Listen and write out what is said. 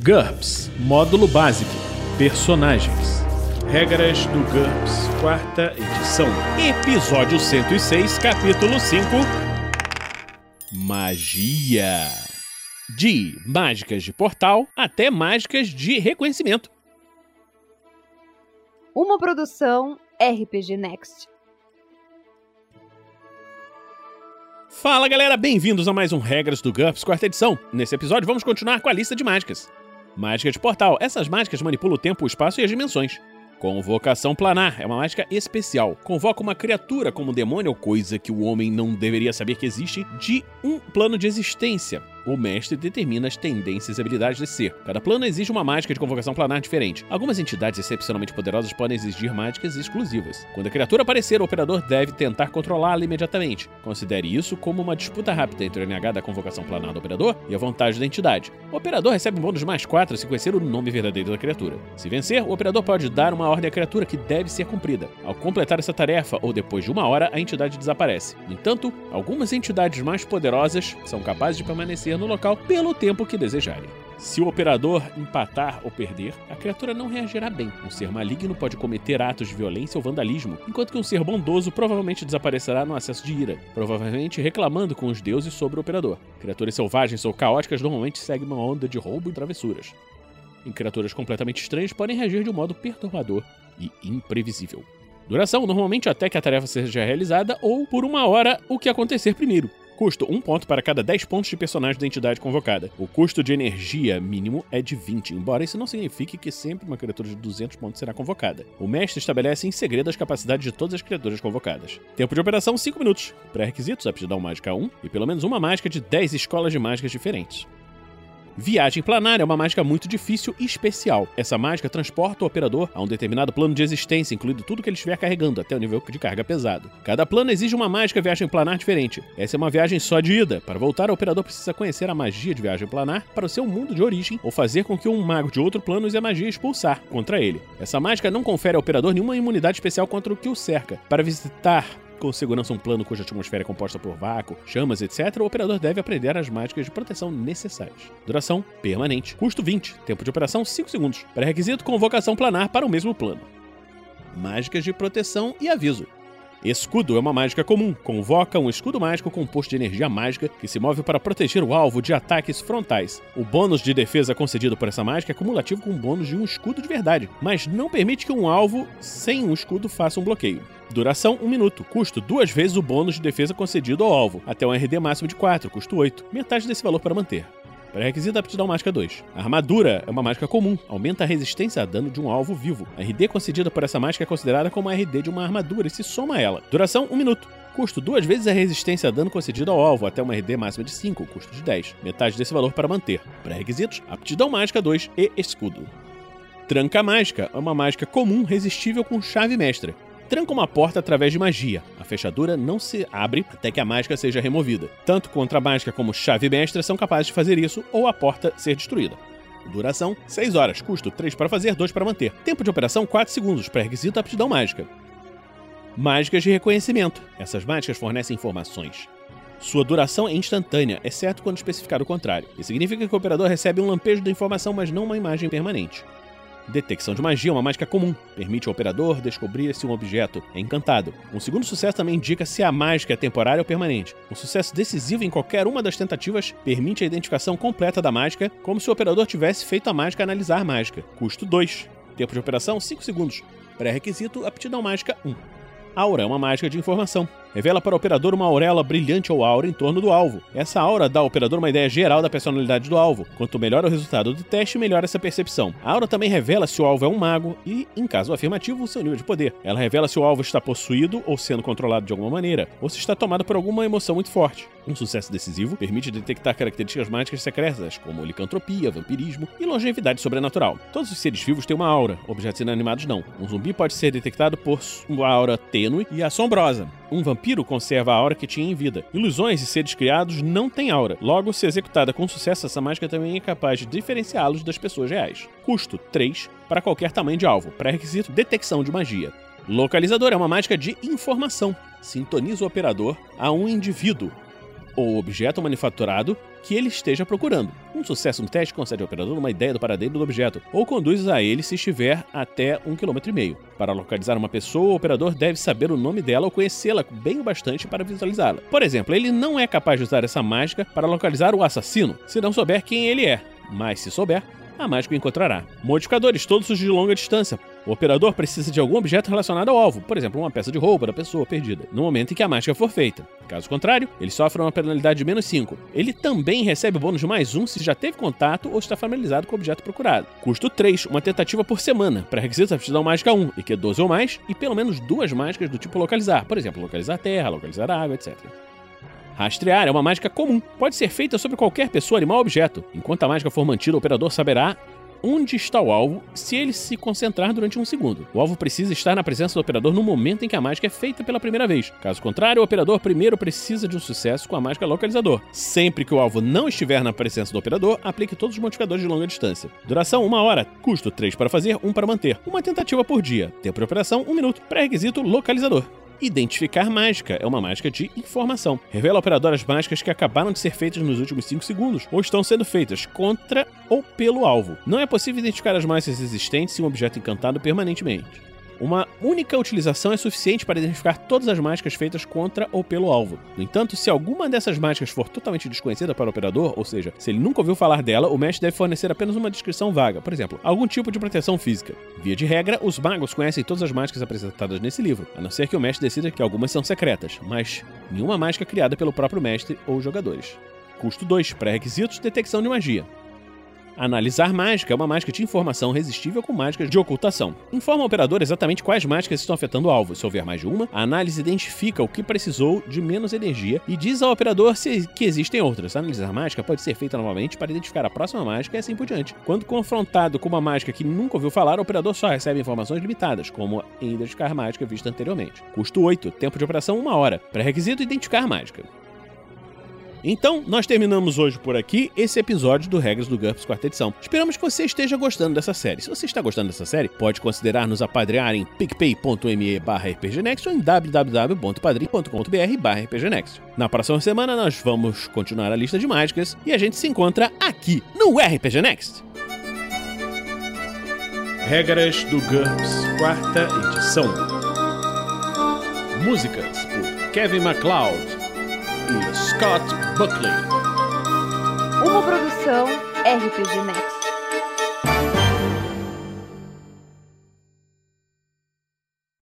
GURPS Módulo Básico. Personagens. Regras do GURPS, 4ª edição. Episódio 106, capítulo 5. Magia. De mágicas de portal até mágicas de reconhecimento. Uma produção RPG Next. Fala galera, bem-vindos a mais um Regras do GURPS, 4ª edição. Nesse episódio vamos continuar com a lista de mágicas. Mágica de portal. Essas mágicas manipulam o tempo, o espaço e as dimensões. Convocação planar é uma mágica especial. Convoca uma criatura como um demônio ou coisa que o homem não deveria saber que existe de um plano de existência. O mestre determina as tendências e habilidades desse ser. Cada plano exige uma mágica de convocação planar diferente. Algumas entidades excepcionalmente poderosas podem exigir mágicas exclusivas. Quando a criatura aparecer, o operador deve tentar controlá-la imediatamente. Considere isso como uma disputa rápida entre o NH da convocação planar do operador e a vontade da entidade. O operador recebe um bônus de +4 se conhecer o nome verdadeiro da criatura. Se vencer, o operador pode dar uma ordem à criatura que deve ser cumprida. Ao completar essa tarefa, ou depois de 1 hora, a entidade desaparece. No entanto, algumas entidades mais poderosas são capazes de permanecer no local pelo tempo que desejarem. Se o operador empatar ou perder, a criatura não reagirá bem. Um ser maligno pode cometer atos de violência ou vandalismo, enquanto que um ser bondoso provavelmente desaparecerá no acesso de ira, provavelmente reclamando com os deuses sobre o operador. Criaturas selvagens ou caóticas normalmente seguem uma onda de roubo e travessuras. E criaturas completamente estranhas podem reagir de um modo perturbador e imprevisível. Duração, normalmente até que a tarefa seja realizada ou por 1 hora, o que acontecer primeiro. Custo, 1 ponto para cada 10 pontos de personagem da entidade convocada. O custo de energia mínimo é de 20, embora isso não signifique que sempre uma criatura de 200 pontos será convocada. O mestre estabelece em segredo as capacidades de todas as criaturas convocadas. Tempo de operação, 5 minutos. Pré-requisitos, aptidão mágica 1 e pelo menos uma mágica de 10 escolas de mágicas diferentes. Viagem planar é uma mágica muito difícil e especial. Essa mágica transporta o operador a um determinado plano de existência, incluindo tudo que ele estiver carregando, até o nível de carga pesado. Cada plano exige uma mágica viagem planar diferente. Essa é uma viagem só de ida. Para voltar, o operador precisa conhecer a magia de viagem planar para o seu mundo de origem ou fazer com que um mago de outro plano use a magia e expulsar contra ele. Essa mágica não confere ao operador nenhuma imunidade especial contra o que o cerca. Para visitar com segurança um plano cuja atmosfera é composta por vácuo, chamas, etc., o operador deve aprender as mágicas de proteção necessárias. Duração permanente. Custo 20. Tempo de operação 5 segundos. Pré-requisito convocação planar para o mesmo plano. Mágicas de proteção e aviso. Escudo é uma mágica comum. Convoca um escudo mágico composto de energia mágica que se move para proteger o alvo de ataques frontais. O bônus de defesa concedido por essa mágica é cumulativo com o bônus de um escudo de verdade, mas não permite que um alvo sem um escudo faça um bloqueio. Duração 1 minuto. Custo 2 vezes o bônus de defesa concedido ao alvo, até um RD máximo de 4, custo 8. Metade desse valor para manter. Pré-requisito aptidão mágica 2. A armadura é uma mágica comum, aumenta a resistência a dano de um alvo vivo. A RD concedida por essa mágica é considerada como a RD de uma armadura e se soma a ela. Duração 1 minuto. Custo 2 vezes a resistência a dano concedida ao alvo, até uma RD máxima de 5, custo de 10. Metade desse valor para manter. Pré-requisitos aptidão mágica 2 e escudo. Tranca mágica é uma mágica comum resistível com chave mestra. Tranca uma porta através de magia. A fechadura não se abre até que a mágica seja removida. Tanto contra mágica como chave mestra são capazes de fazer isso ou a porta ser destruída. Duração 6 horas. Custo 3 para fazer, 2 para manter. Tempo de operação 4 segundos. Pré-requisito aptidão mágica. Mágicas de reconhecimento. Essas mágicas fornecem informações. Sua duração é instantânea, exceto quando especificado o contrário. Isso significa que o operador recebe um lampejo da informação, mas não uma imagem permanente. Detecção de magia é uma mágica comum. Permite ao operador descobrir se um objeto é encantado. Um segundo sucesso também indica se a mágica é temporária ou permanente. Um sucesso decisivo em qualquer uma das tentativas permite a identificação completa da mágica, como se o operador tivesse feito a mágica analisar mágica. Custo 2. Tempo de operação 5 segundos. Pré-requisito aptidão mágica 1. Aura é uma mágica de informação. Revela para o operador uma auréola brilhante ou aura em torno do alvo. Essa aura dá ao operador uma ideia geral da personalidade do alvo. Quanto melhor o resultado do teste, melhor essa percepção. A aura também revela se o alvo é um mago e, em caso afirmativo, o seu nível de poder. Ela revela se o alvo está possuído ou sendo controlado de alguma maneira, ou se está tomado por alguma emoção muito forte. Um sucesso decisivo permite detectar características mágicas secretas, como licantropia, vampirismo e longevidade sobrenatural. Todos os seres vivos têm uma aura, objetos inanimados não. Um zumbi pode ser detectado por uma aura tênue e assombrosa. Um vampiro conserva a aura que tinha em vida. Ilusões e seres criados não têm aura. Logo, se executada com sucesso, essa mágica também é capaz de diferenciá-los das pessoas reais. Custo 3 para qualquer tamanho de alvo. Pré-requisito detecção de magia. Localizador é uma mágica de informação. Sintoniza o operador a um indivíduo. ou objeto manufaturado que ele esteja procurando. Um sucesso no teste concede ao operador uma ideia do paradeiro do objeto, ou conduz a ele se estiver até 1,5 km. Para localizar uma pessoa, o operador deve saber o nome dela ou conhecê-la bem o bastante para visualizá-la. Por exemplo, ele não é capaz de usar essa mágica para localizar o assassino, se não souber quem ele é, mas se souber, a mágica o encontrará. Modificadores, todos os de longa distância. O operador precisa de algum objeto relacionado ao alvo, por exemplo, uma peça de roupa da pessoa perdida, no momento em que a mágica for feita. Caso contrário, ele sofre uma penalidade de -5. Ele também recebe bônus de +1 se já teve contato ou está familiarizado com o objeto procurado. Custo 3, uma tentativa por semana. Pré-requisitos, aptidão mágica 1, e que 12 ou mais, e pelo menos 2 mágicas do tipo localizar, por exemplo, localizar a terra, localizar a água, etc. Rastrear é uma mágica comum. Pode ser feita sobre qualquer pessoa, animal ou objeto. Enquanto a mágica for mantida, o operador saberá onde está o alvo se ele se concentrar durante 1 segundo. O alvo precisa estar na presença do operador no momento em que a mágica é feita pela primeira vez. Caso contrário, o operador primeiro precisa de um sucesso com a mágica localizador. Sempre que o alvo não estiver na presença do operador, aplique todos os modificadores de longa distância. Duração 1 hora. Custo 3 para fazer, 1 para manter. Uma tentativa por dia. Tempo de operação 1 minuto. Pré-requisito localizador. Identificar mágica é uma mágica de informação. Revela ao operador as mágicas que acabaram de ser feitas nos últimos 5 segundos ou estão sendo feitas contra ou pelo alvo. Não é possível identificar as mágicas existentes em um objeto encantado permanentemente. Uma única utilização é suficiente para identificar todas as mágicas feitas contra ou pelo alvo. No entanto, se alguma dessas mágicas for totalmente desconhecida para o operador, ou seja, se ele nunca ouviu falar dela, o mestre deve fornecer apenas uma descrição vaga, por exemplo, algum tipo de proteção física. Via de regra, os magos conhecem todas as mágicas apresentadas nesse livro, a não ser que o mestre decida que algumas são secretas, mas nenhuma mágica criada pelo próprio mestre ou jogadores. Custo 2, pré-requisitos, detecção de magia. Analisar mágica é uma mágica de informação resistível com mágicas de ocultação. Informa ao operador exatamente quais mágicas estão afetando o alvo. Se houver mais de uma, a análise identifica o que precisou de menos energia e diz ao operador que existem outras. Analisar mágica pode ser feita novamente para identificar a próxima mágica e assim por diante. Quando confrontado com uma mágica que nunca ouviu falar, o operador só recebe informações limitadas, como em identificar mágica vista anteriormente. Custo 8, tempo de operação 1 hora. Pré-requisito identificar mágica. Então, nós terminamos hoje por aqui esse episódio do Regras do GURPS 4ª edição. Esperamos que você esteja gostando dessa série. Se você está gostando dessa série, pode considerar nos apadrear em picpay.me/rpgnext ou em www.padrim.com.br/rpgnext. Na próxima semana, nós vamos continuar a lista de mágicas e a gente se encontra aqui no RPG Next. Regras do GURPS 4ª edição. Músicas por Kevin MacLeod e Scott Buckley. Uma produção RPG Next.